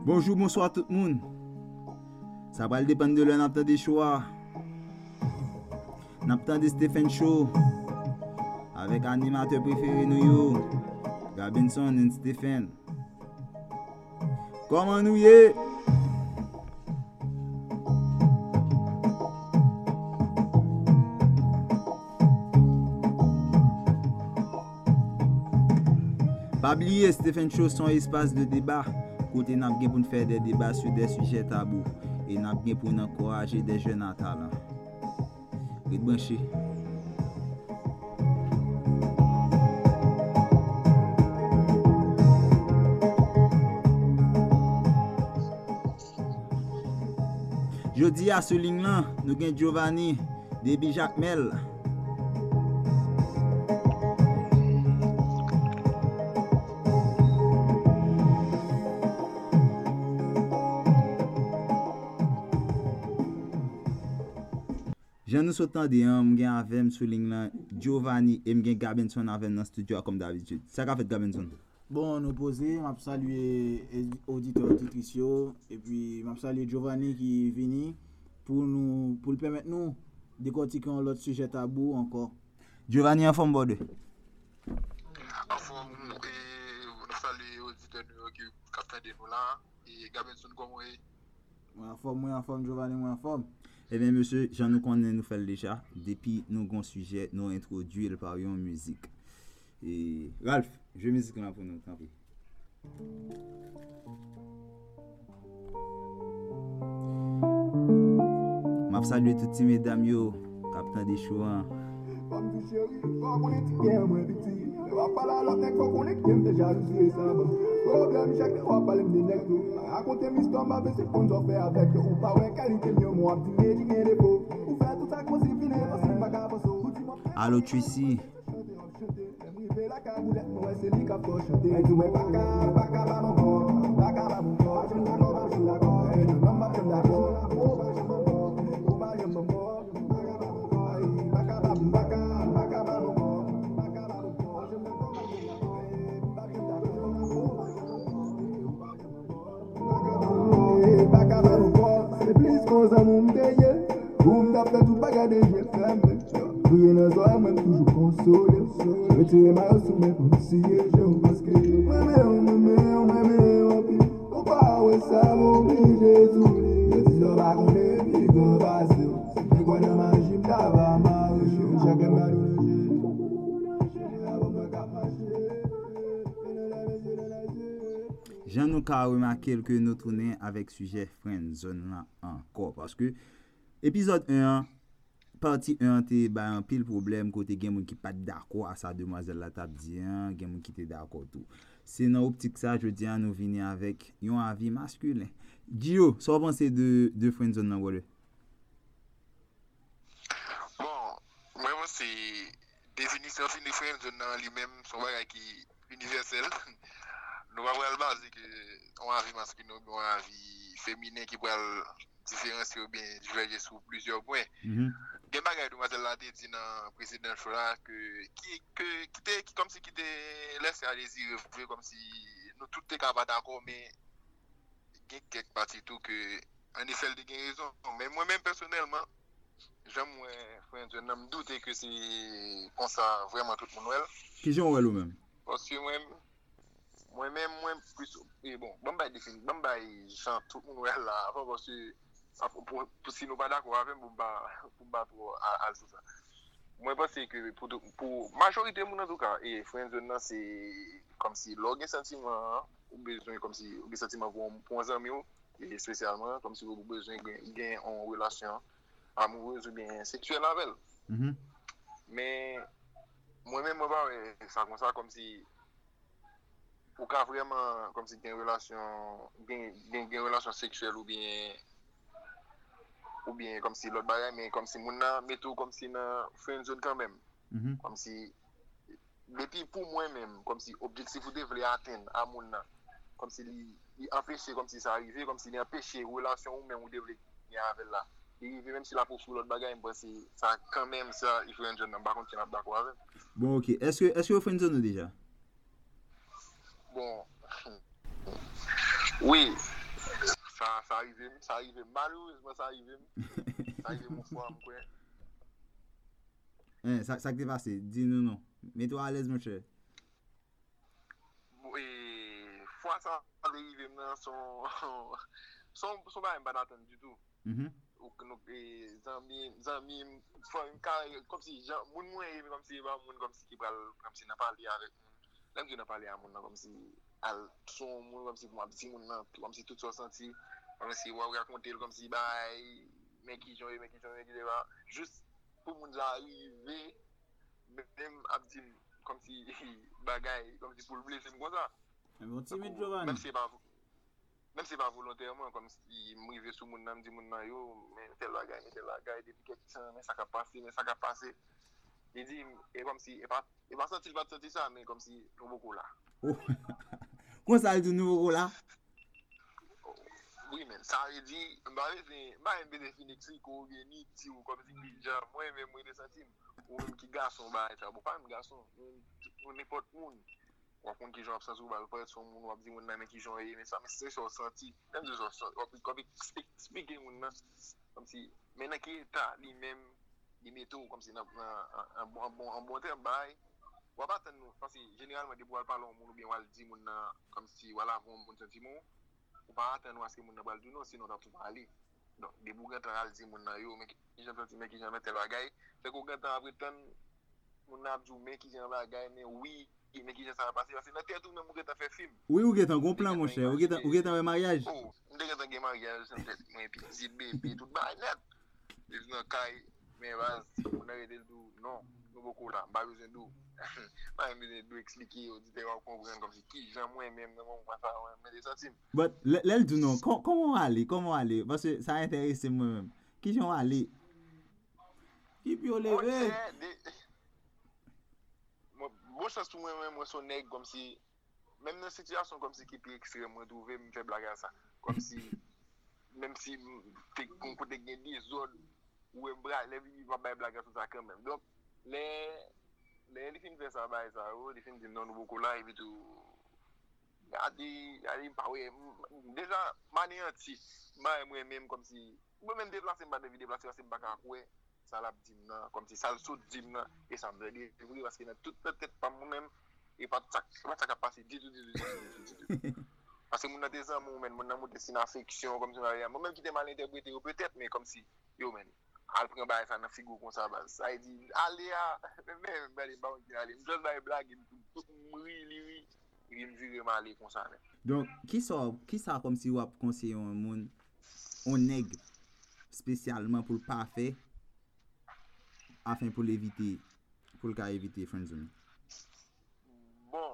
Bonjour, bonsoir tout le monde. Ça va dépendre de l'heure des choix. N'attend de Stephen Show avec animateur préféré nous, Gabinson et Stephen. Comment nous y est? Pas oublier Stephen Show son espace de débat. Côté n'a bien pour faire des débats sur des sujets tabous et n'a bien pour encourager des jeunes à talent. Branché. Jeudi à ce ligne là, nous avons Giovanni, Debbie Jacmel. Je nous attendais, je avec sur ligne là Giovanni et je Gabinson avec dans studio comme d'habitude. Ça qu'a fait Gabinson? Bon, nous poser, je salue auditeurs auditrices et puis je salue Giovanni qui est venu pour permettre nous de décortiquer l'autre sujet tabou encore. Giovanni en forme borde. En forme et nous salue auditeurs qui captent de nous là et Gabinson comment est? Moi en forme Giovanni, moi en forme. Eh bien, monsieur, j'en nous connais nous faire déjà. Depuis nous avons sujet, nous introduit par une musique. Et Ralph, je musique là pour nous, tant pis. Je salue toutes ces mesdames, capitaine des choux. Problème chaque fois parler de nègre raconter mes histoires ma c'est qu'on doit faire avec ou pas ouais qualité mieux moi dîner des beaux ou faire tout ça comme si fini aussi pas capable Allô Tracy la cagoulette moi c'est lui qui a chanter tout mais pas mon corps pas mon corps je suis d'accord et non m'a pas d'accord toujours consolé. Retirer ma hausse, mais pour si je parce que on pas ouais ça m'oblige tout. Je dis là va qu'on est puis qu'on va se. Mais quoi de ma gym là va marcher. Chacun va Jean nous a remarqué que nous tournons avec sujet friendzone là encore parce que épisode 1 partie 1 t'es un pile problème côté gen qui pas d'accord à sa demoiselle la t'a dit gen qui était d'accord tout. C'est dans optique ça je dis nous venir avec un avis masculin. Gio, ça va penser de friendzone là voilà. Bon, moi c'est définition de friendzone dans lui-même son bagage qui universel. Nous va voir le base que on a avis masculin ou on a avis féminin qui va différencier ou bien diverger sur plusieurs points. Gen bagay demoiselle la dit dans précédent show là que qui comme si qui était laissé à désirer comme si nous tout est capable d'accord mais gen quelques parties tout que en effet de gen raison mais moi même personnellement j'aime frère je me doute que c'est comme ça vraiment tout le monde qui j'en ouais même parce que moi-même plus et bon bah définir bah genre tout le monde là parce que pour si nous pas d'accord avec pour trop à tout ça. Moi pense que pour majorité moun en tout cas et friendzone c'est comme si l'organe sentiment ou besoin comme si ou sentiment pour un ami et spécialement comme si vous besoin gain en relation amoureuse ou bien sexuelle avec elle. Mais moi-même moi pas ça comme ça comme si ou ka vraiment comme si gain relation relation sexuelle ou bien comme si l'autre bagaille mais comme si mon mais tout comme si dans friendzone quand même comme si depuis pour moi même comme si objectif vous devez atteindre à mon comme si il empêcher comme si ça arrivait comme si il empêcher relation ou même vous devez avec là et même si la poursuit l'autre bagaille c'est ça quand même ça il faut un jeune par contre qui n'a pas d'accord avec. Bon OK, est-ce que vous friendzone déjà? Bon oui ça arrive malheureusement ça arrive mon frère moi. Ça qui t'est passé, dis-nous non. Mets-toi à l'aise mon cher. Et fois ça arrive dans son pas d'attendre du tout. Ou que nous amis comme si moun comme si va moun comme si qui parle comme si n'a parlé avec même tu n'a parlé à moun comme si al son moun comme si moi petit moun comme si tout ça senti comme si on raconter comme si bye mais qui j'en juste pour moun arriver même à dire comme si bagaille comme si pour le blesser comme ça Bon timide Giovanni. même si pas volontairement comme si m'rivé sous moun nan dit moun nan yo mais tel bagaille depuis quelque temps mais ça a passé il dit et comme si et pas senti ça mais comme si nous beaucoup là Comment ça dit nouveau là? oui mais ça veut dire bah définir ko ni ti ou comme si déjà moi même moi senti ou même qui garçon bah ça pas un garçon ou n'importe monde ou qu'on qui joue absence ou bah peut être son monde ou dire monde même qui joue mais ça mais c'est ça senti même de ça comme expliquer monde comme si maintenant qui état lui même il met tout comme si un bon terme bail ou pas attendre parce que généralement des bois parler monde ou bien on dit monde comme si voilà bon sentiment ou pas attendre à ce que monde va le dire sinon on va aller donc des bougan temps al dit monde yo mais qui j'aime senti mais qui j'aime tel bagaille fait qu'on gagne après temps monde a dit mais qui j'aime bagaille mais oui mais qui ça va passer parce que dans tête tout même on fait film oui ou get un bon plan mon cher ou get un mariage oh on get un mariage mais puis si bébé tout bail net les non kai mais vas on a aidé non nous beaucoup là pas besoin d'où pas besoin de expliquer auditeur comprendre comme si qui j'aime moi même non ça mais des centimes but l'elle dit non comment aller parce que ça intéresse moi même qui j'en aller Qui peut lever moi chance tout moi même moi son nègre comme si même dans situation comme si qui peut extrême moi trouver me faire blague à ça comme si même si t'es côté gagner des autres ou un bras les va bailler blague à tout ça quand même donc les films fait ça bailler ça les films disent non nous beaucoup là et puis tout a dit pas ouais déjà manianti moi même comme si moi même déplacer pas de déplacer c'est pas quoi ça l'a dit comme si ça le saute dit et ça me dit oui parce que dans toute tête pas moi même et pas ça capacité du parce que mon a des amours mon a monté sin affection comme ça moi même qui était mal interprété peut-être mais comme si yo men al prend bail ça dans figure comme ça ça dit allez à même belle ba on aller juste bail blague tout oui il me vire mal comme ça donc qui ça comme si ou conseiller un monde on nègre spécialement pour le pas faire afin pour l'éviter pour le cas éviter friendzone bon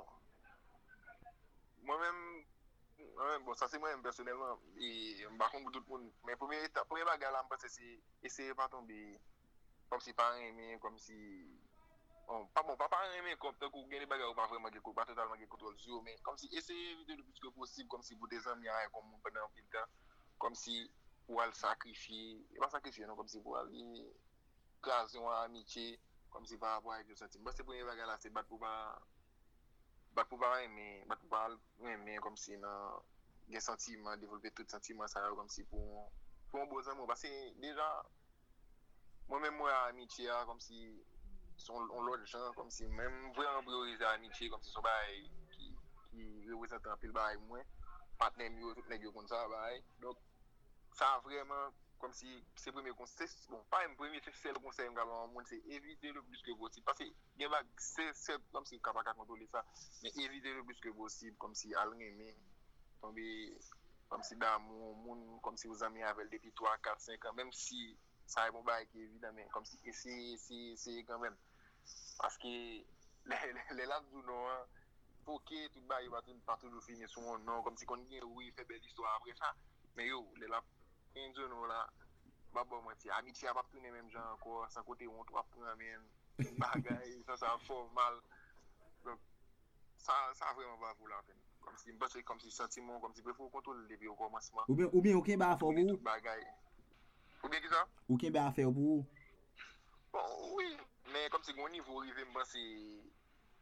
moi-même bon ça c'est moi personnellement et par contre tout le monde mais premier bagarre là parce que c'est essayer pas tomber comme si pas aimer comme si pas aimer comme tant qu'on gagne bagarre pas vraiment pas totalement contrôle sur mais comme si essayer éviter le plus que possible comme si pour des amis comme pendant un temps comme si pour aller sacrifier et pas sacrifier non comme si pour aller graser en amitié comme si par rapport avec le sentiment c'est premier bagarre là c'est battre pour pas aimer comme si dans des sentiments développer tout sentiment ça comme si pour un beau amour parce que déjà moi-même moi amitié comme si sont l'autre gens comme si même vraiment prioriser amitié comme si son bail qui représente un peu le bail moi partenaire mieux tout nèg comme ça bail donc ça vraiment comme si c'est premier conseil bon pas un premier c'est le conseil au monde c'est éviter le plus que possible parce que c'est comme si capable de contrôler ça mais éviter le plus que possible comme si al aimer tomber comme si d'amour monde comme si vous amis avec depuis 3 4 5 ans même si ça est bon bail qui évidemment comme si c'est quand même parce que les lames du non pour que tout bail va pas toujours finir sur un nom comme si qu'on dit oui fait belle histoire après ça mais yo les lames nous là bon moi c'est amitié pas tourner même genre encore sans côté on doit prendre même bagaille ça formal donc ça vraiment pas pour la peine comme si sentiment comme si il faut contrôler depuis au commencement ou bien aucun ba faire pour bagaille ou bien qui ça aucun ba faire pour bon oui mais comme si mon niveau arrivé moi c'est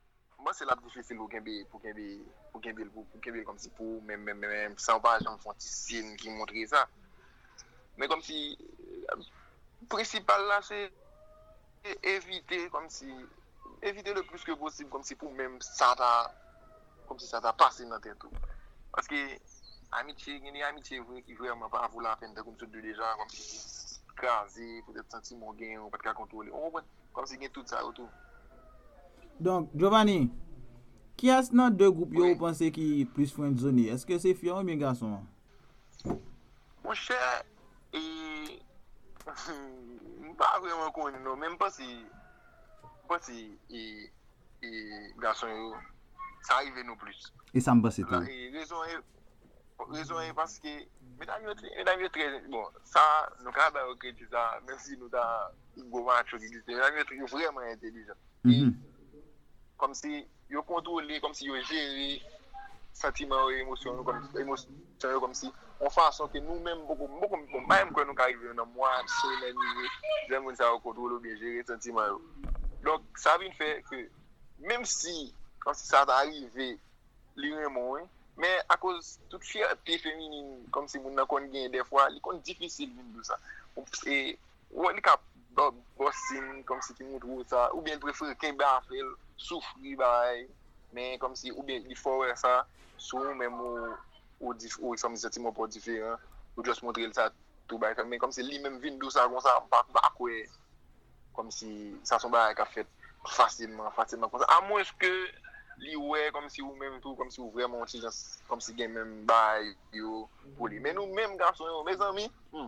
moi c'est la difficile pour Kembe comme si pour même sans pas j'en font signe qui montre ça. Mais comme si principal là c'est éviter le plus que possible comme si pour même ça t'a passé dans tête tout. Parce que amitié qui vraiment pas vaut la peine de comme ça déjà comme si crasé peut-être sentiment gain ou pas de contrôler. Comme si gain tout ça autour. Donc, Giovanni, qui est-ce dans deux groupes Oui. vous pensez qui plus friendzone? Est-ce que c'est filles ou bien garçon? Mon cher, pas vraiment connu, non, même pas si garçon, ça arrive non plus. Et ça me passe tout. La raison est parce que, mesdames, très, bon, ça, nous avons créé ça, même si nous avons un match qui existe, mesdames, vraiment intelligent. Comme si, ils contrôlent, comme si ils gèrent sentiments et émotions, comme si, en façon que nous-mêmes, beaucoup, même quand nous arrivons dans moi, semaine, j'aime ça contrôler bien gérer sentiments. Donc, ça vient faire que, même si, comme si ça arrivé, librement, mais à cause de toute fierté féminine, comme si nous avons gagné des fois, il est difficile de ça. Et, on est capable bossing, comme si qui nous trouve ça, ou bien préférer qu'un bar fait souffrir, mais comme si, ou bien il faut ça, sous même ou comme sentiments pas différents, ou juste montrer ça tout bas, mais comme si lui-même vient d'où ça, comme ça, pas quoi, comme si ça son bar a fait facilement, comme ça, à moins que lui ouais comme si ou même tout comme si ou vraiment comme si gagne même bail yo pour lui mais nous même garçons mes amis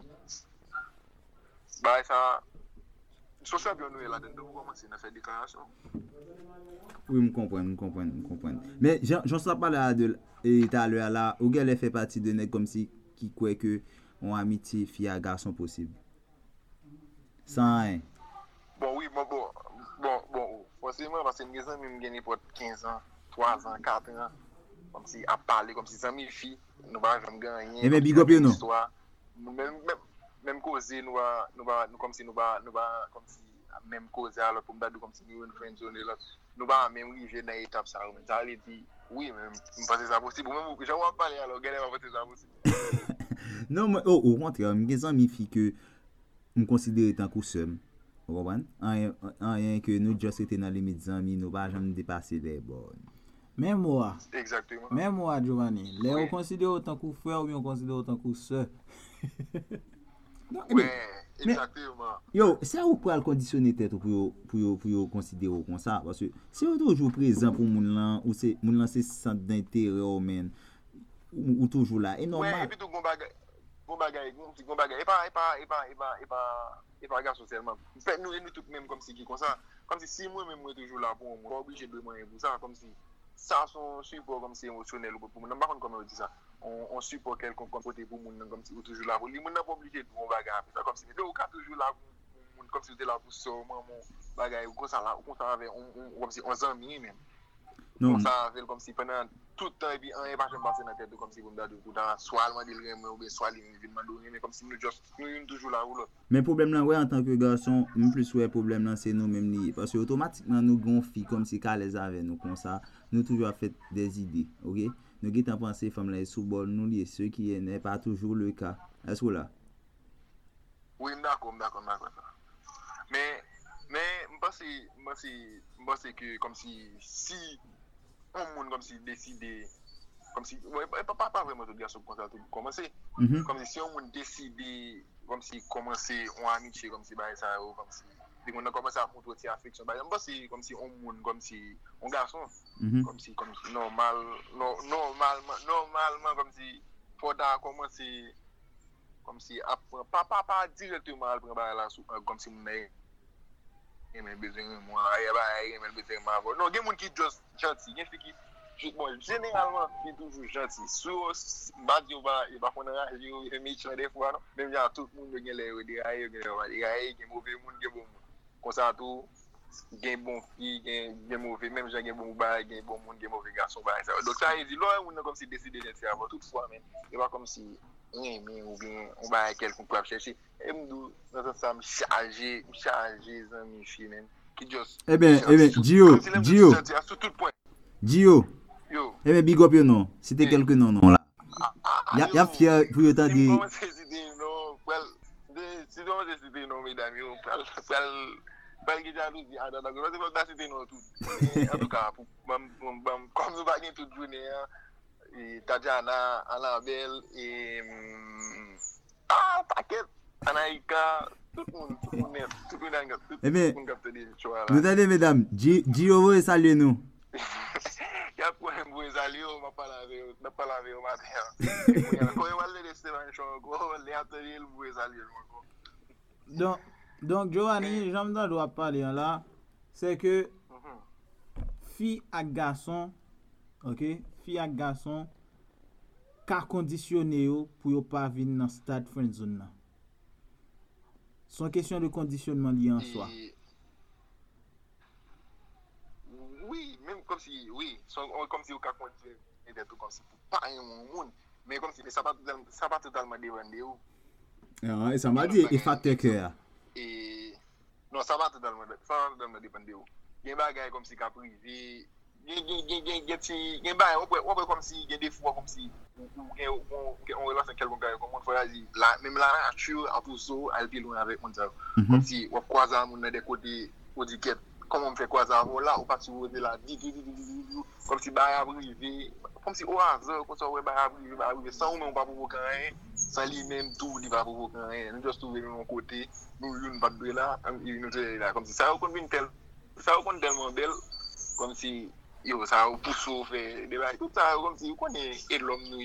bail ça social bien nous là dedans pour commencer à faire déclaration. Oui, me comprendre. Mais j'en sais pas là de et tout à l'heure là, ou gars fait partie de nèg comme si qui croit que on amitié fille à garçon possible. Sans rien. Bon, forcément, parce que mes amis me gagnent pour 15 ans, 3 ans, 4 ans, comme si à parler, comme si amis filles, nous va jamais gagner. Et mais big up non. Même causer nous comme si comme si même causer alors pour me comme si nous une friend zone là. Nous va même arriver dans étape ça. Ça veut dire oui même parce ça possible même que j'en parler alors gagner va faire ça possible. Non, mais au contraire, mes amis filles que me considère tant que seul. Vous comprenez? Rien que nous juste été dans les limites amis, nous pas jamais dépasser les bornes. Même moi. Exactement. Même moi, Giovanni. Les on considère autant que frère ou bien on considère autant que sœur. Ouais, exactement. Yo, c'est où pour conditionner tête pour considérer comme ça parce que si on toujours présent pour moun là ou c'est moun là c'est centre d'intérêt ou toujours là et normal. Ouais, et puis tout bon bagay et pas garçon seulement. Fait nous tout même comme si qui comme ça, comme si moi même moi toujours là pour moi, pas obligé de moyen pour ça comme si ça son support comme si émotionnel pour moi. Par contre comme on dit ça, on support quelqu'un comme côté pour moi comme si toujours là pour lui, moi pas obligé de bon bagay ça comme si mais au cas toujours là pour comme si était là pour ça mon bagay ou comme ça là, comme ça avec comme si on amis même. Non, ça fait comme si pendant tout le temps et puis on est pas passé dans la tête comme si vous me donnez tout temps soit allemand dire rien ou bien soit l'événement donné mais comme si nous toujours là ou là. Mais problème là ouais en tant que garçon, même plus ouais problème là c'est nous même lié parce que automatiquement nous gonfie comme si qu'à l'aise avec nous comme ça, nous toujours fait des idées, OK? Nous qui t'en penser femme là sous bol nous lié ce qui n'est pas toujours le cas. Est-ce que là? Oui, d'accord. Mais moi c'est que comme si on monde comme si décider comme si ouais, pas vraiment de garçon comme ça tout commencer comme si on monde décider comme si commencer en amitié comme si bah ça comme si on a commencé à montrer affection bah c'est comme si on monde comme si on garçon comme si normalement comme si faut commencer comme si pas directement à prendre là comme si on est mais besoin moi mais besoin moi non il y a monde qui juste gentil il y a qui bon généralement qui toujours gentil sur badio il va prendre il méchant des fois non même il y a tout le monde qui les dérailler qui mauvais monde qui bon comme ça tout gain bon fille gain mauvais même j'ai gain bon bail gain bon monde gain mauvais garçon bail ça donc ça il dit là on comme si décider de faire toutefois mais il va comme si mais ou bien on va quelqu'un pour chercher et me dans ça me charger amis filles même qui juste Eh bien Gio sur tout point Gio, Yo. eh mais big up yo non. C'était quelques non là. Y'a fier pour autant dire. Non, well, si tu veux citer non, mesdames, yo, pral ki jalousie à dans la c'est pas citer non tout. En tout cas, comme nous pas toute journée, et Tatiana, Annabelle et t'inquiète, Anaïka, tout le monde capte des choix là. Nous allons mesdames, Gio veut saluer nous. Il y a pour un beau salut, on va pas laver au matin. Quand on va le laisser dans le champ, les ateliers, le beau salut. Donc Giovanni, j'aime dans doit parler là, c'est que fille à garçon, OK, fille à garçon ka conditionné pour yo pas venir dans stade friend zone là. Son question de conditionnement lié en soi. Oui, même comme si au cas continuer d'être comme si pour pas un monde, mais comme si ça pas totalement dépendre où. Ah, et ça m'a dit et facteur cœur. Et non, ça va totalement dépendre où. Il y a des bagages comme si cap privé, il y a bail on peut comme si il y a des fois comme si on relance quelqu'un comme on faut dire même la nature a tout ça elle est loin avec mon ça comme si on croise mon des côtés odiquette comment on fait quoi ça là ou pas sur là comme si bail privé comme si au hasard comme ça ouais bail privé sans même pas provoquer rien sans lui même tout il va provoquer rien nous juste trouver mon côté nous une pas de là nous là comme si ça on tellement belle comme si yo ça pousse au fait des bails tout ça comme si on connaît et l'homme nous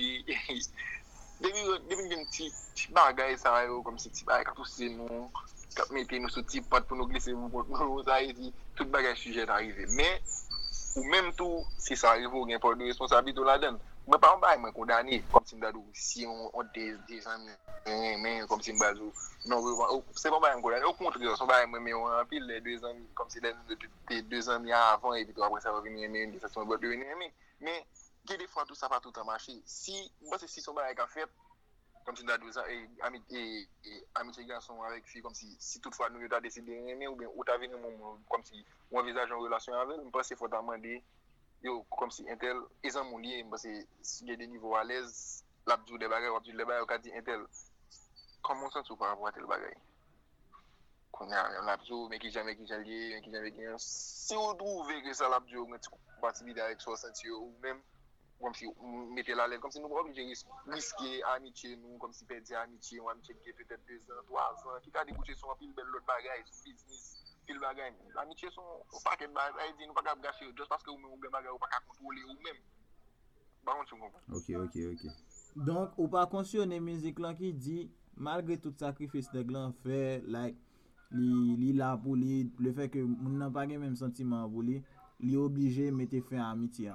depuis une petit bagaille ça comme si petit bail tout c'est nous mettre nous sur petit pot pour nous glisser nous ça dit tout bagaille sujet d'arriver mais ou même tout si ça arrive on a pas de responsabilité là-dedans mais pas on bail moi condamné comme si on des amis mais comme si m'bazou non c'est pas bail condamné au contraire son bail mais on pile les 2 amis comme si les 2 amis avant et puis après ça va venir une discussion de devenir mais des fois tout ça pas tout en marché si moi c'est si son bail a fait comme si dans 2 ans et amitié garçon avec fille comme si toutefois nous t'a décidé aimer ou bien ou t'a venu comme si on envisage une relation avec je pense qu'il faut demander yo comme si intel ils ont lié parce que il y a des niveaux à l'aise l'abdou des bagages ou les bagages qu'a dit intel comment ça tu par rapport à tel bagage qu'on a l'abdou mais qui jamais lié qui jamais si on trouve que ça l'abdou une compatibilité avec 60 ou même comme si mettez la l'aise comme si nous pas obligé risquer amitié nous comme si perdre amitié ou amitié qui peut-être 2 ans 3 ans qui a débouché sur un pile belle l'autre bagage business pile bagage l'amitié sont paquet de bagage dit nous pas capable gâcher juste parce que nous bien bagage ou pas contrôler ou même par contre tu comprends. OK. Donc ou pas cautionner musique là qui dit malgré tout sacrifice de gland fait like li là pour le fait que moun n'a pas même sentiment pour lui obligé mettre fin à amitié.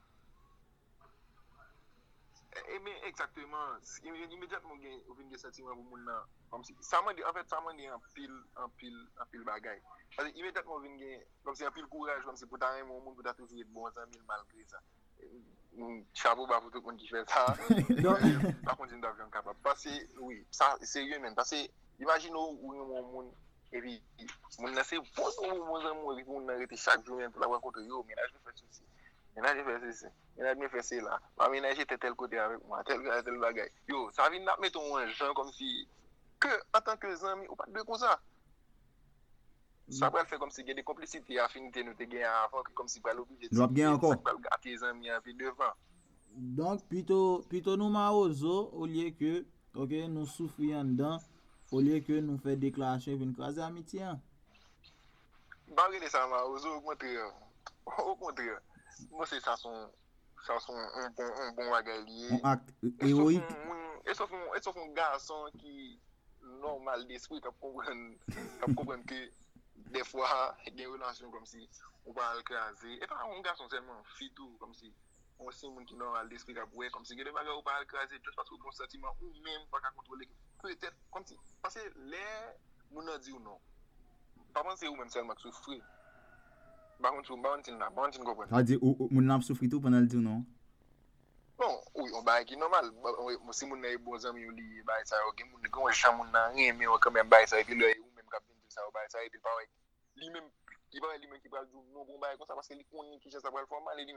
Mais exactement immédiatement on vient des sentiments pour moun là comme si ça m'a dit en fait ça m'a dit en pile bagaille parce que immédiatement on vient comme si un pile courage comme si pour ta mon monde pour ta toujours être bon ami malgré ça chapeau bas pour tout le monde qui fait ça par contre je suis capable parce que oui ça c'est sérieux même parce que imagine où mon monde et puis mon là c'est bon mon amour et puis on arrêter chaque jour pour la rencontrer yo mais là je fais ceci ménage fait ceci ménage fait ceci là ma ménage était tel côté avec moi tel bagaille yo ça vient mettre un gens comme si que en tant que amis ou pas de comme ça ça va faire comme si il y a des complicités affinités nous te gagner avant que comme si pas l'obligé nous bien encore à tes amis un peu devant donc plutôt nous maozo au lieu que OK nous souffrir dedans au lieu que nous faire déclaration une cause amitié pas regarder ça maozo au contraire moi c'est ça son un bon bagage un acte héroïque et sauf un garçon qui normal d'esprit qui comprendre que des fois il y a des relations comme si on va écraser et pas un garçon seulement fille tout comme si on sait monde qui normal d'esprit qui ouais comme si il y a des bagages on va écraser juste parce que bon sentiment ou même pas qu'à contrôler peut-être comme si parce que les mon a dit ou non pas penser ou même seulement souffrir par contre comprendre ça dit mon n'a souffrir tout pendant le tour non non oui on va qui normal si mon est bon ami li ba ça OK mon quand chambre n'a rien mais quand même ba ça et puis là ou même capitaine ça ba ça et puis pas lui même qui va lui même qui va non bon ba comme ça parce que il connaît qui ça va le formal lui même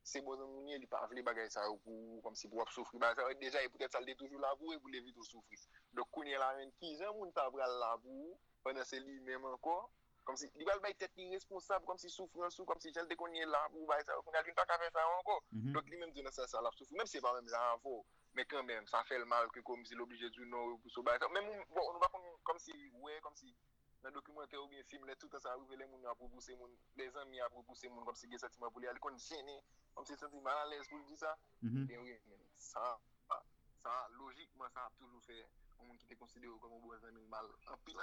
c'est bon moun il pas vle bagay ça pour comme si pour souffrir bah ça déjà peut-être ça le toujours là pour l'éviter souffrir donc connait la même qui gens moun ta pral là pour pendant c'est lui même encore comme si il va le tête irresponsable comme si souffrance comme si j'elle connait là pour bah ça on a pas qu'à faire ça encore donc lui même dit ça la souffrir même si c'est pas même là avant mais quand même ça fait le mal que comme si l'obligé du non pour so bah même bon on va comme si ouais comme si dans le documentaire ou bien film là tout ça arrive les moun a pour pousser moun les amis a pour pousser moun comme si des sentiments pour aller kon gêné comme si senti mal à l'aise pour dire ça et oui ça logiquement ça a toujours fait un monde qui était considéré comme un bon ami mal en pile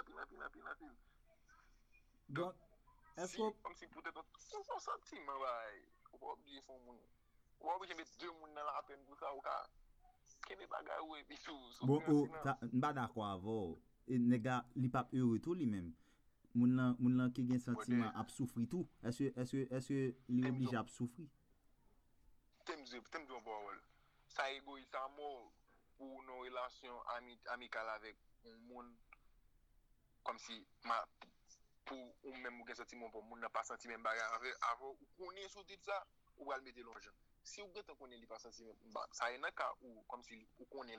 donc est-ce que comme si peut-être son sentiment on va oublier son monde on va oublier mettre deux monde dans la peine pour ça ou ka kene bagay ou et puis tout bon m'pa d'accord avec et nègre li pas heureux tout lui même moun lan qui gen sentiment a souffrir tout est-ce que il est obligé à souffrir t'aimes bon parole ça égoïste à mort pour nos relations amicales avec un monde comme si pour ou même ou gen sentiment pour moun n'a pas senti même bagarre avant ou connaît sur dit ça ou va le mettre l'enjeu si ou gèt connaît li pas senti ça y en a cas ou comme si ou connaît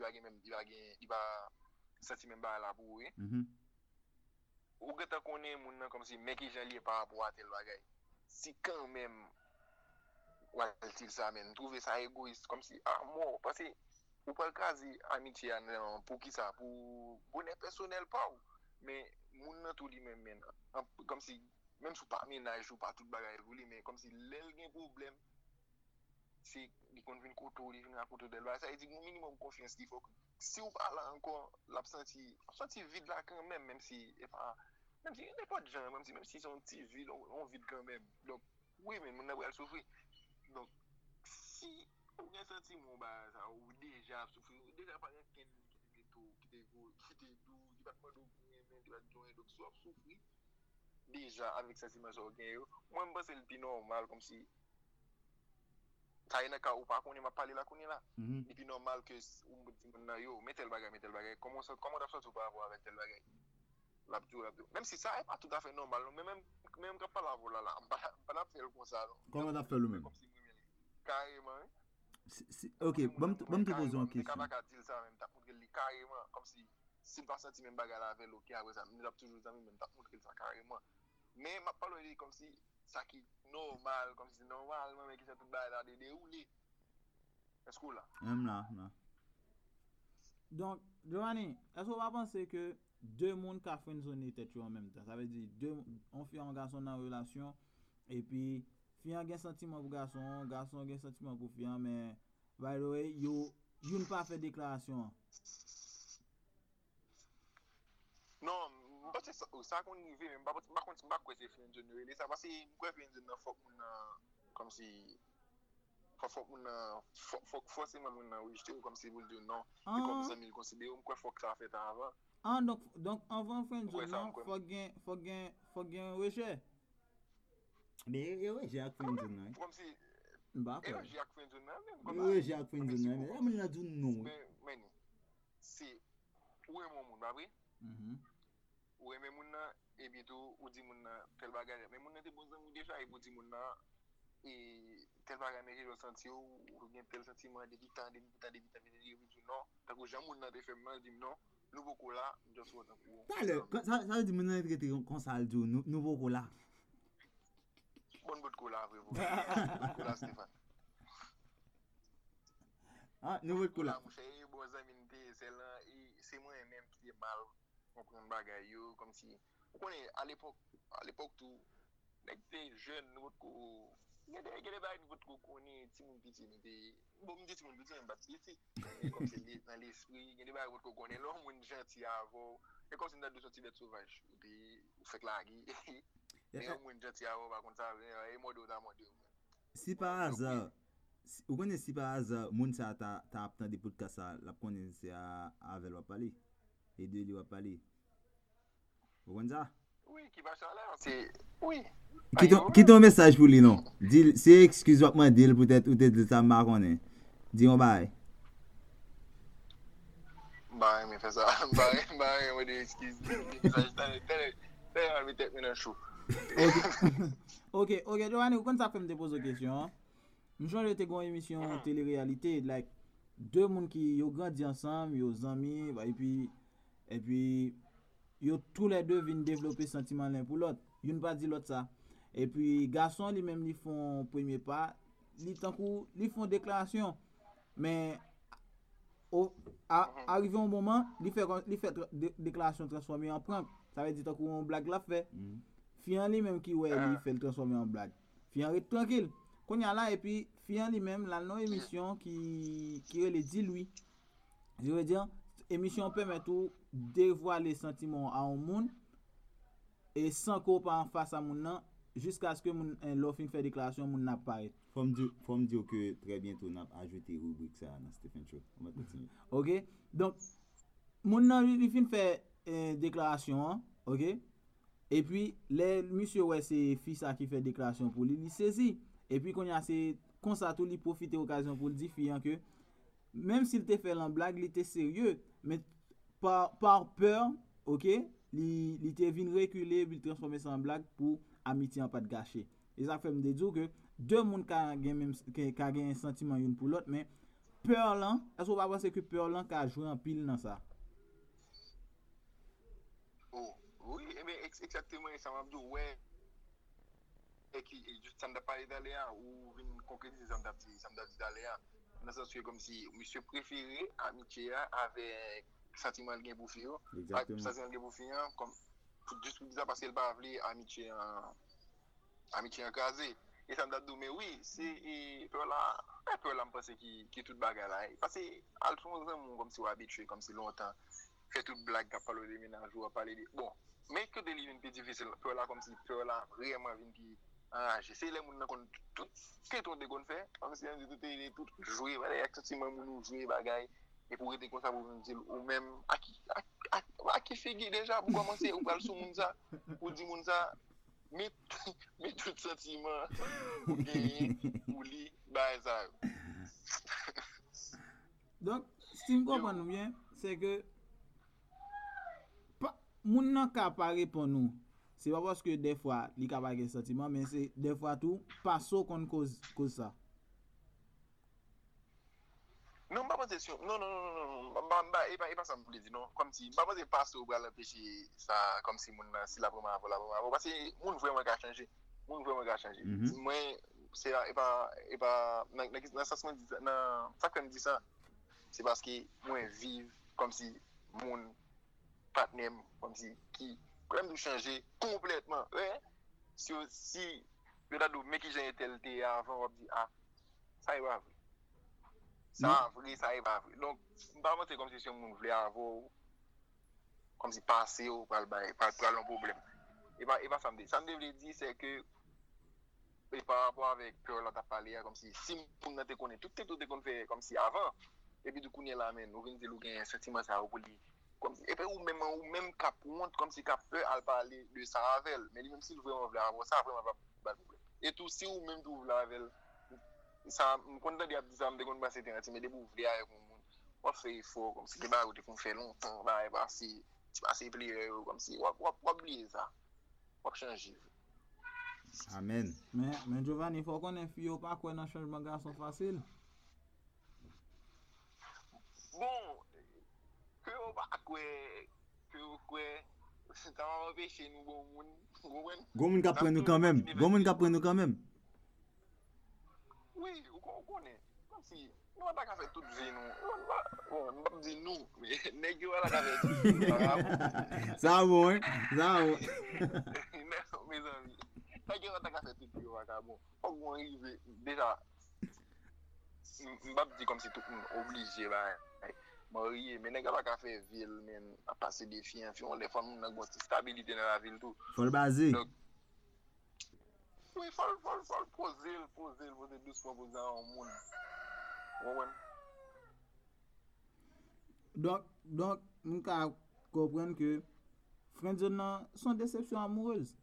il va senti même bagarre là pour oui ou gèt connaît moun comme si mec qui j'en lié par rapport à tel bagay si quand même ou a-t-il ça même trouver ça égoïste comme si moi parce que ou pas caser amitié pour qui ça pour bonheur personnel pas mais moun nan tout li même comme si même sous pas ménage ou pas tout bagay pour lui mais comme si l'el gen problème c'est il kon vinn koto il vinn à côté de là ça dit minimum confiance qu'il faut si ou pas là encore l'absenti vide là quand même si et pas même si n'est pas de gens même si son petit vide on vide quand même donc oui mais moun nan va souffrir donc si on a senti mon bah ça ou déjà souffrir déjà pas quelqu'un qui va donc soit souffrir déjà avec ça c'est ma orgueil moi me pense le plus normal comme si ça y en a cas ou pas qu'on m'a parlé là qu'on est là et puis normal que ou dit mon yo mettez le bagage comment ça sorti par rapport avec tel bagage l'abdou même si ça est pas tout à fait normal mais même quand pas la voilà là pas faire comme ça comment on a fait le même carrément OK bon te poser une question pas dire ça même t'as montré carrément comme si pas senti même bagarre avec l'autre après ça nous a toujours amis même t'as montré ça carrément mais m'a pas le comme si ça qui normal comme si normalement mais qui ça tout bail là de dérouler est-ce que là là donc Giovanni est-ce qu'on va penser que deux monde qui fait une zone tête en même temps ça veut dire deux on fait un garçon dans relation et puis fille a un sentiment pour garçon a un sentiment pour fille mais by the way you ne pas fait déclaration non parce que ça qu'on y vit même pas contre pas quoi c'est fin de nuit ça parce que quoi fin de nuit faut comme si faut forcément mon rejeter comme si vous le dire non comme ça il considère quoi faut que ça fait avant donc avant fin de nuit faut gain rejet mais ouais j'ai fin de nuit comme si bah j'ai fin de nuit même ouais j'ai fin de nuit mais on a dit non mais c'est où est mon monde bah oui ou aimer moun nan et bientôt ou dit moun nan tel bagage mais moun nan te bon amis déjà et pour dit moun nan et tel bagage mais je senti ou bien tel sentiment depuis tant non tant que jamais moun nan te fait mal dit non nouveau cola just what ça veut dire moun nan traité comme ça le nouveau cola bonne botte cola après vous cola Stéphane nouveau cola mon cher bon amis c'est là et c'est moi même qui est mal on prend bagay yo comme si on connaît à l'époque tout les jeunes nous ko il y a des bagay nous ko connaît ti mon petit mais bon me dit mon petit en bâti comme c'est dans l'esprit il y a des bagay ko connaît l'homme moun gentil avant et comme c'est dans deux sorties bête sauvage puis fait lagui et on moun gentil avant par contre ça et mode si par hasard vous connaissez si par hasard moun ça t'a attend des podcasts la connaît c'est avec va parler et deux il va parler vous comprenez ça oui qui va chaleur c'est oui qui ton message pour lui non dis c'est excuse-moi dire peut-être ou peut-être ça m'a connaît dis on bye mais fais ça bye on dit excuse message t'as mettre dans chaud OK Giovanni vous quand ça fait me poser question M'jonge te gon émission télé-réalité, like, deux moun qui yo grandi ensemble, yo amis, et puis yo tous les deux viennent développer sentiment l'un pour l'autre. Yon pas dit l'autre ça. Et puis garçon lui-même li font premier pas, li font déclaration. Mais arrivé un moment, li fait déclaration transformée en prank. Ça veut dire tant qu'on blague la fait. Fian lui-même qui ouais, il fait le transformer en blague. Fian reste tranquille. Qu'on y a là et puis Fian lui-même là non émission qui le dit lui. Je veux dire émission permet tout dévoiler sentiments à un monde et sans qu'on pas en face à moun nan jusqu'à ce que l'offre fait déclaration moun n'a pas. Faut me dire que très bientôt on a ajouté rubrique ça dans Stephen Show. On va continuer. OK? Donc moun nan il fin fait déclaration, hein? OK? Et puis les monsieur ouais c'est fils ça qui fait déclaration pour lui, il saisi. Et puis quand il y a c'est comme ça tout il profite occasion pour dire fiant que même s'il te fait en blague, il était sérieux, mais par peur, OK, il te vinn reculer, il transformer ça en blague pour amitié en pas de gâcher. Et ça fait me dire que deux monde qui a un sentiment une pour l'autre, mais peur là, est-ce qu'on va penser que peur là a joué en pile dans ça? Oh, oui, mais exactement ça m'a dit ouais. Et qui juste ça m'a parlé d'aller ou une concrétiser ça m'a dit d'aller dans le sens que comme si monsieur préféré amitié avait sentiment de gain pour fille sentiment de gain pour fille comme juste pour dire parce qu'elle pas voulu amitié encasé et ça me dit mais oui c'est peur là me penser qui toute bagarre là parce que alphonse comme si on habitué comme si longtemps fait toute blague à parler de ménage ou à parler de bon mais que des lignes un peu difficile peur là comme si peur là vraiment vient qui c'est les moun nan tout que tout de kon fait comme si on dit tout jouer voilà exactement moun jouer bagaille et pour être comme ça pour dire ou même à qui fait déjà pour commencer ou parle sur moun ça pour dire moun ça mais tout sentiment pour gagner pour li bah ça donc si me comprendre bien c'est que moun nan ka parler pour nous. C'est pas parce que des fois il capable de sentiment mais c'est des fois tout pas ça qu'on cause ça. Non, pas possession. Non. Et pas ça me plaisir non. Comme si pas passer au bras l'empêcher ça comme si mon si la première fois parce que mon vraiment va changer. Moi c'est et pas dans ça que me dit ça. C'est parce que moi vivre comme si mon partenaire comme si qui quand même changer complètement ouais si je dois mais qui j'ai été avant on dit ça y va ça y va donc pas c'est comme si on voulait avoir comme si passer ou pas un problème et pas ça me dit c'est que et par rapport avec peur là t'as parlé comme si on te connaît tout qu'on fait comme si avant et puis du coup on est là mais nous venons de nous un sentiment ça pour lui comme et puis ou même cap honte comme si cap peur à parler de ça avec mais même si vraiment veut avoir ça vraiment pas de problème et tout si ou même tout avec ça me content dire ça me déconne pas c'est mais des pour vouloir avec monde on fait fort comme si des bagarres qu'on fait longtemps bah passer plier comme si on oublier ça on changer amen mais Giovanni faut qu'on ait fille pas quoi dans changement garçon facile bon que on va quoi ça va empêcher nous bon monde gomun ka prendre nous quand même oui on connaît comme si nous pas qu'à faire tout vie nous on pas dire nous mais nèg yo la qu'à ça bon mes amis nèg yo pas qu'à faire tout vie va bon on arrive déjà m'pa dire comme si tout le monde obligé bah marié mais nèg pas qu'à faire ville mais à passer des filles on les femmes n'a pas stabilité dans la ville tout faut le baser oui faut poser doucement pour ça au monde donc on peut comprendre que friendzone sont déception amoureuse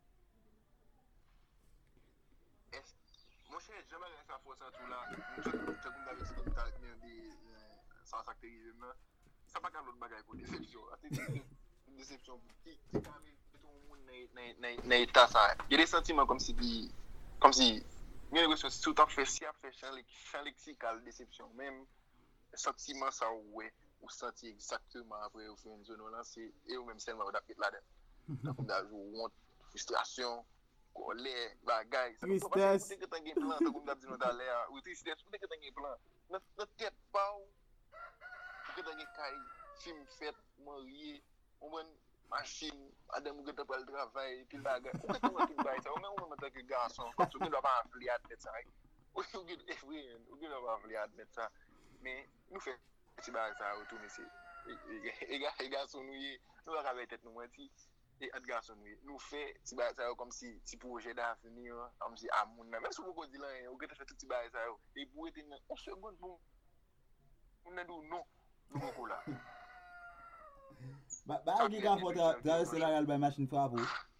mon cher jamais ça force tout là je comme avec ça arrive ça pas qu'à l'autre bagaille pour déception déception qui tout le monde dans état ça il y a des sentiments comme si Mais si tu as fait champ lexical déception, même sentiment ça ouais, ou senti exactement après au fin de zone là, c'est et ou même seulement d'après là-dedans. Comme d'ajout honte, frustration, colère, bagaille. Tristesse. C'est que tu as un plan, comme tu as dit dans l'air, ou tristesse, ou que tu as un plan. Notre tête pas ou que tu as un caille, film fait, marié, on prend machine, adam que tu pas le travail, puis bagaille. Ou que tu as tout bail ça, ou même en tant que garçon, comme tu ne dois pas appeler admettre ça. Ou que tu dois pas appeler admettre ça. Mais nous faisons petit bail ça retourner c'est et garçon nous avec tête nous menti et autres garçon nous fait petit bail ça comme si petit projet d'avenir comme si à monde même si vous dit là on fait tout petit bail ça et pour être en seconde pour on a dit non nous beaucoup là Bah qui a fait traverser la rue machine frappe.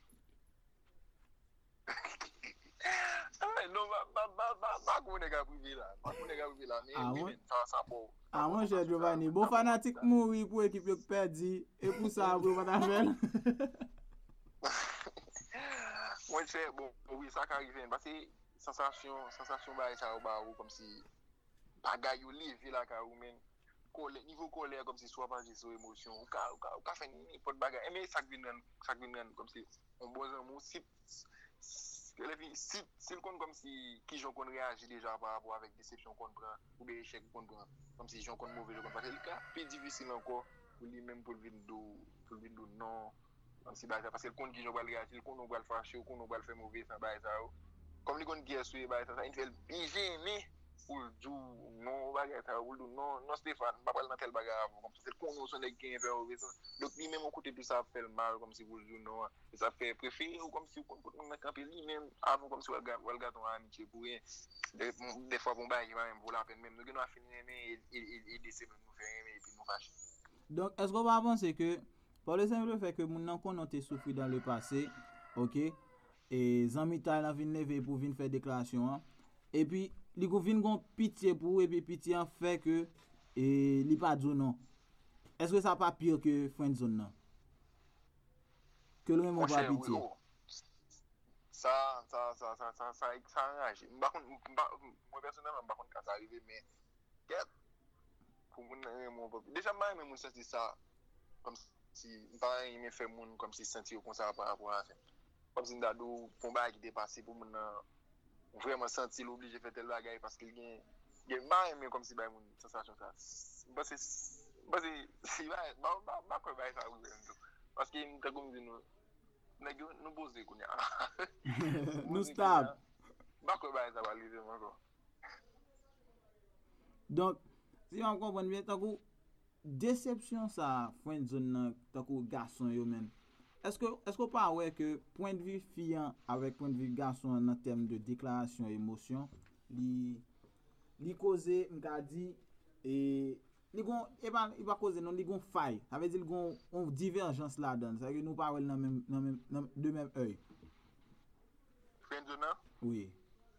Non, pas qu'on est privé là. Pas qu'on est privé là. Mais ça bon. Ah, mon cher Giovanni, bon fanatique mourir pour équipe qui perdit et pour ça, vous pas faire. Moi, c'est bon, oui, ça arrive parce que sensation bah ça bah comme si bagaille ou lever là car ou même niveau colère comme si soit pas sur émotion ou ka fait n'importe bagaille mais ça vient comme si on bon amour si le compte comme si qui j'en qu'on réagit déjà par rapport avec déception qu'on prend ou bien échec qu'on prend comme si j'en qu'on mauvais qu'on parce que le cas plus difficile encore pour lui même pour le vide non comme si bah parce que le compte qui j'en va réagir le compte on va le fâcher ou qu'on va le faire mauvais ça bah ça comme le compte qui est sur bah ça il fait gêner pour dire non bagarre ça ou non Stéphane pas parler dans tel bagarre comme ça c'est le compte son qui est vers mauvais ça donc lui même au côté tout ça fait mal comme si vous dire non et ça fait préférer ou comme si on a campé lui même avant comme si on regarde ton amitié pour rien des fois bon bail même pour la peine même nous nous a fini aimer et décider nous faire aimer et puis nous fâcher. Donc est-ce qu'on va penser que par le simple fait que moun nan konnen te souffri dans le passé, OK, et Zami Taylan vinn lever pour venir faire déclaration et puis li go vinn gon pitié pour et puis pitié en fait que et li pas dit non. Est-ce que ça pas pire que friendzone non? Que le même pas pitié. Ça enrage. Moi personnellement par contre quand ça arrive mais pour mon déjà moi même senti ça comme si pas aimer faire monde comme si sentir comme ça par rapport à ça. Comme si ndado pour bail qui dépasser pour mon vraiment sentir obligé faire tel bagaille parce qu'il gagne pas aimer comme si bail mon sensation ça. Parce que si ba quoi bail ça parce que nous comme dit nous poser qu'on nous stable. Ba quoi bail ça va arriver encore. Donc si on comprend bien tant que déception ça friendzone tant que garçon yo men. Est-ce que pas ouais que point de vue fille avec point de vue garçon en termes de déclaration émotion li causer m'ka dit et li gon il va causer non li gon faille ça veut dire gon on divergence là-dedans ça que nous pas dans même de même œil friendzone oui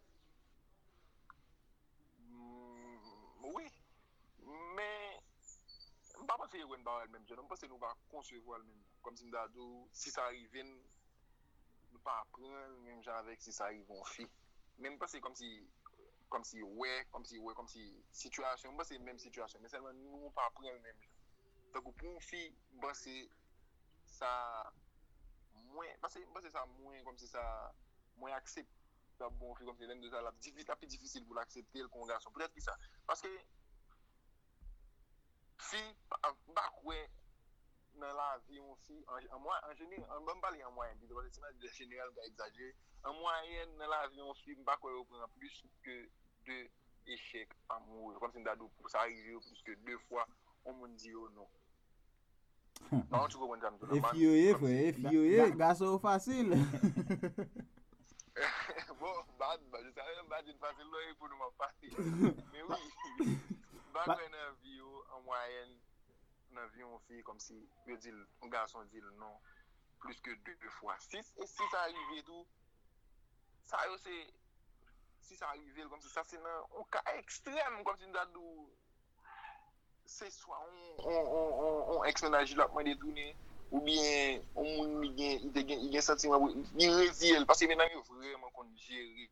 oui mais pas penser qu'on va même je ne pense que nous va concevoir même comme si m'dado si ça arrive nous pas apprendre même genre avec si ça arrive en fille même pas c'est comme si situation moi c'est même situation mais seulement nous pas apprendre même donc pour une fille bon c'est ça moins parce que ça moins comme si ça moins accepte ça bon fille comme c'est même de ça la plus difficile pour l'accepter le garçon peut-être que ça parce que fille pas quoi dans la vie aussi en général on va parler en moyenne parce que c'est général va exagérer en moyenne dans la vie on fille pas quoi reprend plus que 2 échecs amoureux comme si d'ado pour ça arriver plus que 2 fois on me dit oh non non tu comprends ça et fioye garçon facile bon je savais pas dire facile là pour nous parler mais oui pas dans vie en moyenne dans vie on fait comme si un garçon dit non plus que 2 fois si ça arrive tout ça c'est si ça arrive comme si ça c'est un cas extrême comme si nous c'est soit on ex-ménage là pour détourner ou bien on il gagne sentiment il résile parce que maintenant il faut vraiment qu'on gérer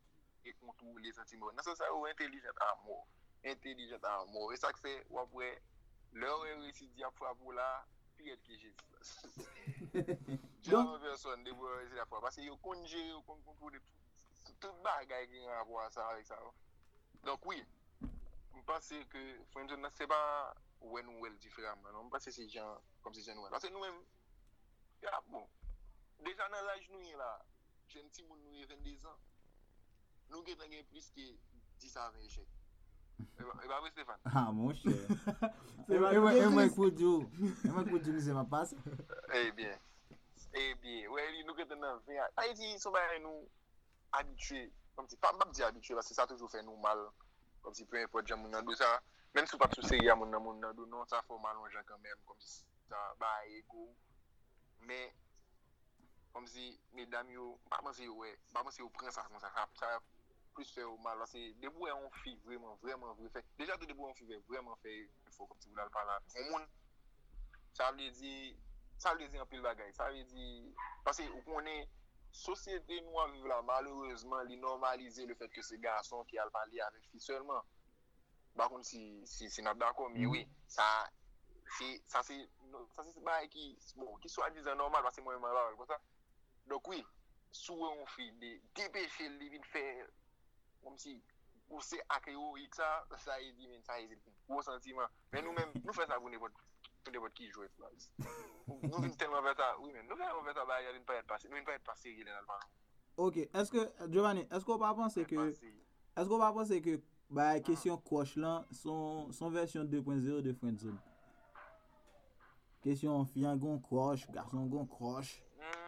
contrôler les sentiments. Dans ce sens, ou intelligent à mort. Intelligent à mort. Et ça que fait, ou après, leur réussi à fois pour là, puis être que Jésus. Genre personne de voir la fois. Parce que ils congé, ils contrôler tout bagaille qui a rapport à ça avec ça. Donc oui, je pense que Friendzone, c'est pas où nous est différemment. Non, parce que c'est gens comme c'est gens. Parce que nous-mêmes, bon, déjà dans l'âge nous là, jeune petit monde nous 22 ans, nous avons plus que 10 à 20 échecs. Et bah oui Stéphane. Ah mon cher. C'est pas Et moi pour dire, c'est ma passe. Eh bien, ouais, nous avons 20 ans. Haïti, sont nous habitués, comme si pas dire habitués parce que ça toujours fait nous mal. Comme si peu importe j'aime mon ça, même si pas tout sérieux mon non, ça fait mal aux gens quand même comme si ça bah ego. Mais comme si mesdames yo pas penser ouais, pas penser au prend ça comme ça plus faire au mal parce que debout on fait vraiment vrai fait. Déjà tout debout on fait vraiment fait il faut comme si vous l'avez parlé au monde. Ça veut dire en pile bagaille. Ça veut dire parce que on est société nous vivre là malheureusement li normaliser le fait que ces garçons qui a parlé avec filles seulement. Par contre si n'a d'accord mais oui, ça c'est bail qui soit disant normal parce que moi mal comme ça. Donc oui, sous on fait dépêcher les vite faire comme si ou c'est accueillir ça il dit mais ça hésite gros sentiment. Mais nous-mêmes nous faisons ça pour n'importe qui joue là. Nous venons tellement vers ça, oui mais nous venons vers ça bah il ne pas être passé, nous ne pas être passé généralement. OK, est-ce que Giovanni, est-ce qu'on va penser que bah question coach là son version 2.0 de Friendzone. Question fille gon croche, garçon gon croche.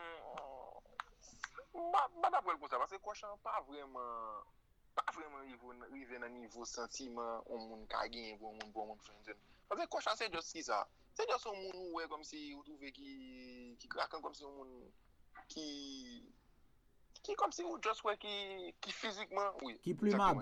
Pas d'après comme ça parce que coach pas vraiment arriver dans niveau sentiment on monde ka gagner pour monde Friendzone. Parce que coach c'est juste ça. C'est juste un monde ouais comme si vous trouvez qui craquant comme si un monde qui comme si ou juste ouais qui physiquement oui qui plus mab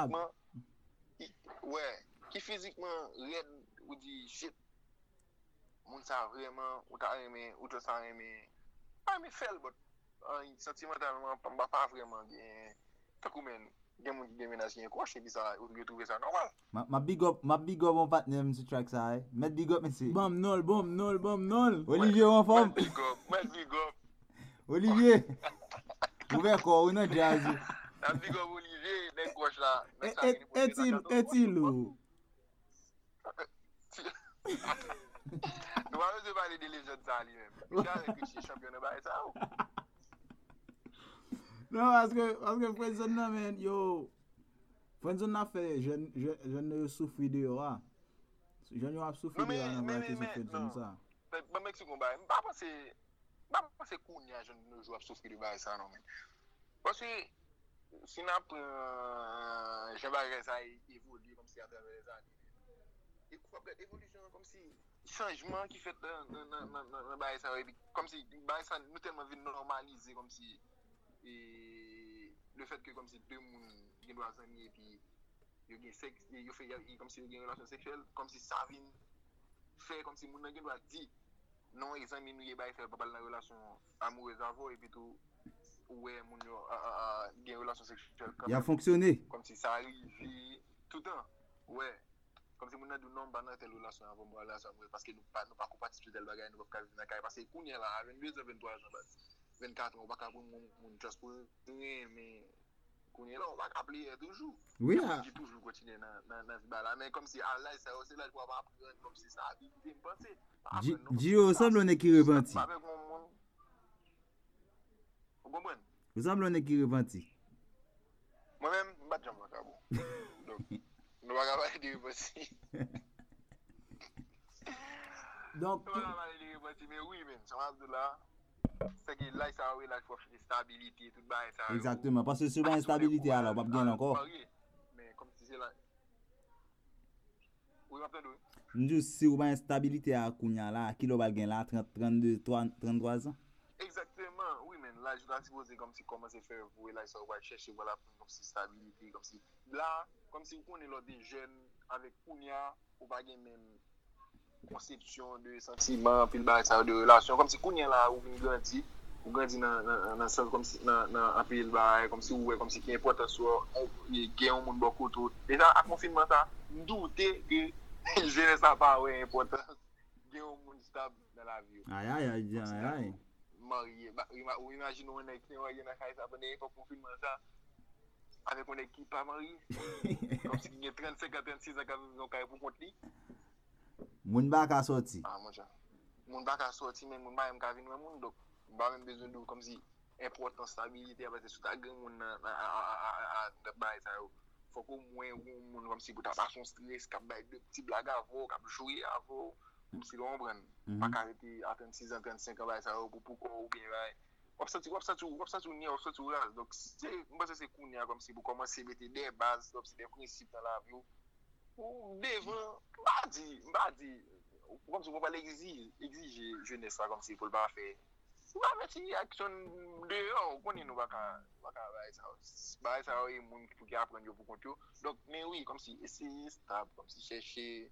ouais qui physiquement red ou dit shit moun ça vraiment ou t'a aimé ou tout ça aimé pas aimé faire but sentimentalement pas vraiment bien tant que même gen moun ki gen ménage qui coche et puis ça ou trouver ça normal ma big up mon partner monsieur track ça met big up monsieur bam nol Olivier en forme big up Olivier ouvert quoi on a jazz la big up Olivier den coche là est-il ou nous allons parler de légende ça lui-même déjà avec le champion de bail ça non parce que Friendzone là man yo Friendzone a fait je ne souffre de yo je ne a souffre de yo dans Friendzone ça mais Mexico bail pas penser kounya je ne joue à souffrir de bail ça non mais parce que si n'a je vais ça évoluer comme si à travers les années et quoi évolution comme si changement qui fait dans bail ça comme si bail ça nous tellement vite normaliser comme si et le fait que comme si deux monde qui doit s'amis et puis il y a sexe il fait comme si il y a une relation sexuelle comme si ça vient faire comme si monde qui doit dire non les amis nous y bail faire pas la relation amoureuse avant et puis tout ouais monde il y a une relation sexuelle il a fonctionné comme si ça arrive tout le temps ouais comme si monde dit non pas dans telle relation avant moi là ça parce que nous pas compatible tel bagage nous pas vivre dans parce que qu'on est là à 22 ans 23 ans 24 on va pas pour mon just pour mais qu'on est là on va appeler toujours oui toujours continuer dans là mais comme si Allah ça aussi là pour apprendre comme si ça habilité me penser Gio semble on est qui repenti avec mon vous comprenez vous semble on est qui repenti moi même pas jamais cabo donc nous va pas dire aussi donc mais oui même ça va de là c'est que là ça oui là faut stabilité tout bail ça exactement parce que sur une stabilité alors pas bien encore mais comme si c'est là oui m'entendez nous si ou pas stabilité à kounya là qui va gain là 32 33 ans exactement oui mais là je dois supposer comme si commencer faire vous là ça va chercher voilà comme si stabilité comme si là comme si vous connaissez l'autre des jeunes avec kounya ou pas gain même conception de sentiments puis le ça de relation comme si kounya là ou vient grandir ou grandi dans sens comme si dans apil bail comme si ouais comme si qui important soit gain un monde beaucoup tout déjà à confinement ça douter que jeunesse n'a pas ouais important gain un monde stable dans la vie Aïe. marié ou imagine on est marié dans caille ça pendant pour confinement ça avec une équipe pas marié comme si il y a 35 à 36 ans qu'on caille pour compte lui Moun ba ka sorti. ah mon cher mon ba ka sorti mais mon ba même ka venir moun donc ba même besoin de comme si important stabilité parce que sous ta grand moun à bail ça faut qu'au moins moun comme si pour ta pas son stress cap bail de petits blagues avant cap jouer avant comme si l'on prend pas arrêter à 36 ans 35 ans bail ça pour ou bien bail wap sa tou ni wap sa tou là donc c'est moi c'est kounya comme si pour commencer mettre des bases comme si des principes dans la vie ou devant m'a dit comme si on va exiger jeunesse ça comme si pour pas faire pas mettre action dehors on nous pas ça et monde qui apprendre pour compte donc mais oui comme si essayer stable comme si chercher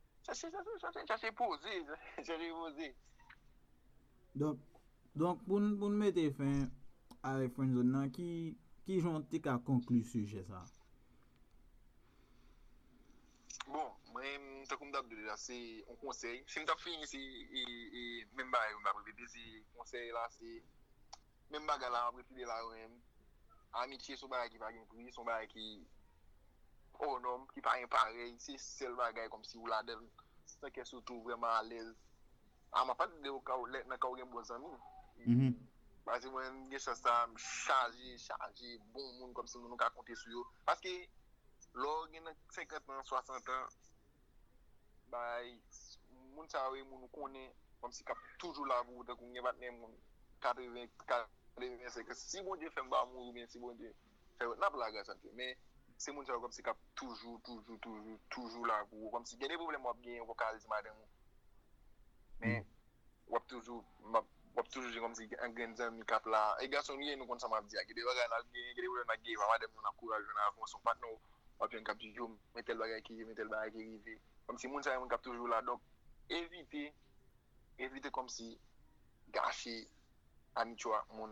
poser Donc pour mettre fin avec Friendzone qui jonté ka conclu sujet ça. Bon, moi comme d'habitude là c'est un conseil. Si m't'a fini c'est même bail on va répéter c'est conseil là c'est même bagarre là on répéter là même amitié son bagarre qui va gagner prix son bagarre qui oh non qui pas pareil c'est seul bagarre comme si ou là dedans ça qui est surtout vraiment à l'aise. Ah m'a pas de au cas où dans cas où gen bon ami. Parce que moi j'ai ça charger bon monde comme si nous ka compter sur eux parce que lors gen 50 ans 60 ans bah moun ça oui moun connaît comme si cap toujours là pour donc on pas même 85 si bon Dieu fait ba mou ou bien si bon Dieu fait n'a blague ça mais c'est moun ça comme si cap toujours là pour comme si gen des problèmes ou bien on va dire madame mais ou toujours comme si un grand ami cap là et garçon nous comme ça m'a dit que des bagages là bien que des problèmes là qui va madame on encourage on son partenaire ou bien cap toujours mettre le bagage qui arrive comme si moun ça cap toujours là donc éviter comme si gâcher amitié moun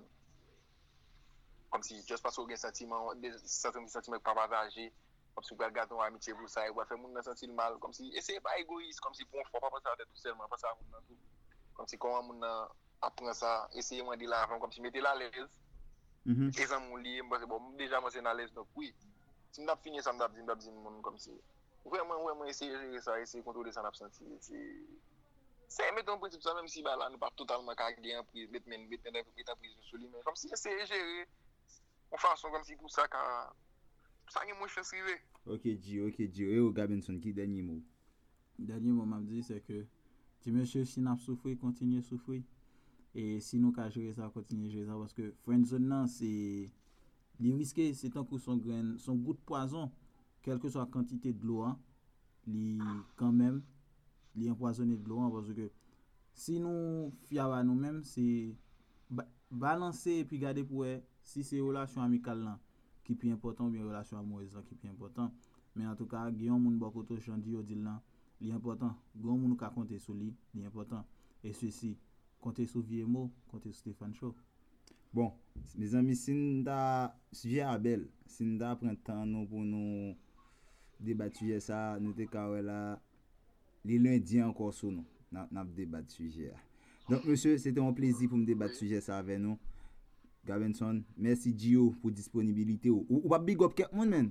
comme si juste parce qu'on a certains sentiments pas partagés comme si vous regardez ton amitié pour ça et vous faire moun sentir mal comme si essayez pas égoïste comme si pour faut pas penser à tout seulement pas ça moun tout comme si comment moun apprend ça essayez moi de l'avant comme si mettez la à l'aise et ça mon lié bon déjà moi c'est à l'aise donc oui si m'd'a fini ça m'd'a dit moun comme si vraiment essayer gérer ça essayer contrôler ça n'a senti c'est mettre en principe ça même si bah là nous pas totalement cargué en prise mettre en prise sur lui mais comme si essayer gérer en façon comme si pour ça ça est moins chance river. OK Gio et au Gabinson qui dernier mot m'a dit c'est que si monsieur si n'a souffrir continue souffrir et si nous ka gérer ça continue gérer ça parce que Friendzone là c'est les risqué c'est tant que son goût de poison quelle que soit la quantité de l'eau li quand même li empoisonner de l'eau parce que si nous fions à nous-mêmes c'est balancer et puis garder pour si c'est relation amicale là qui plus important ou bien relation amoureuse là qui plus important mais en tout cas Guillaume moun beaucoup to chandi dit là li important grand moun ka compter sur lui li important et ceci compter sur Viemo compter sur Stéphane Show. Bon mes amis sinda sujet à belle sinda prend temps nous pour nous débattre ça nous te ka là les lundi encore sur nous n'a débattre sujet. Donc monsieur c'était un plaisir pour me débattre sujet ça avec nous. Gabinson, merci Gio pour disponibilité ou pas big up quelqu'un men.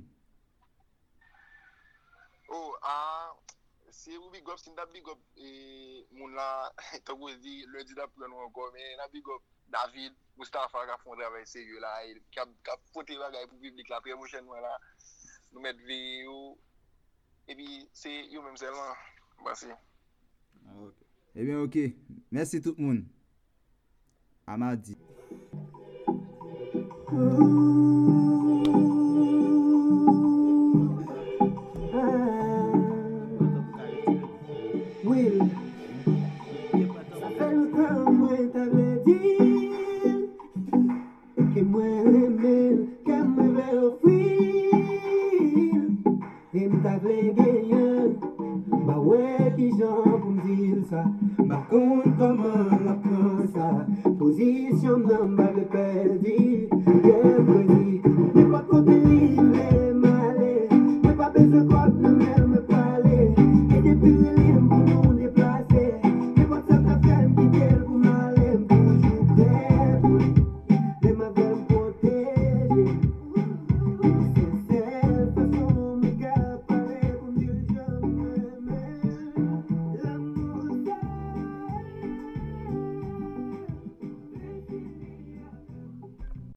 Oh c'est ou big up si n'a big up et moun là tant que dit lundi d'après nous encore mais n'a big up David Mustafa qui a fait un travail sérieux là il a porté bagay pour public la très prochainement là nous mettre vidéo et puis c'est eux même seulement merci. OK. Eh bien OK. Merci tout le monde. À mardi. Oui, ça fait longtemps moi t'avais dit que moi aimé, que moi vais offrir et m't'avais gagné, bah ouais qui j'en pour me dire ça, bah Raconte comment la prend ça. Position dans balle perdue. Yeah, crazy.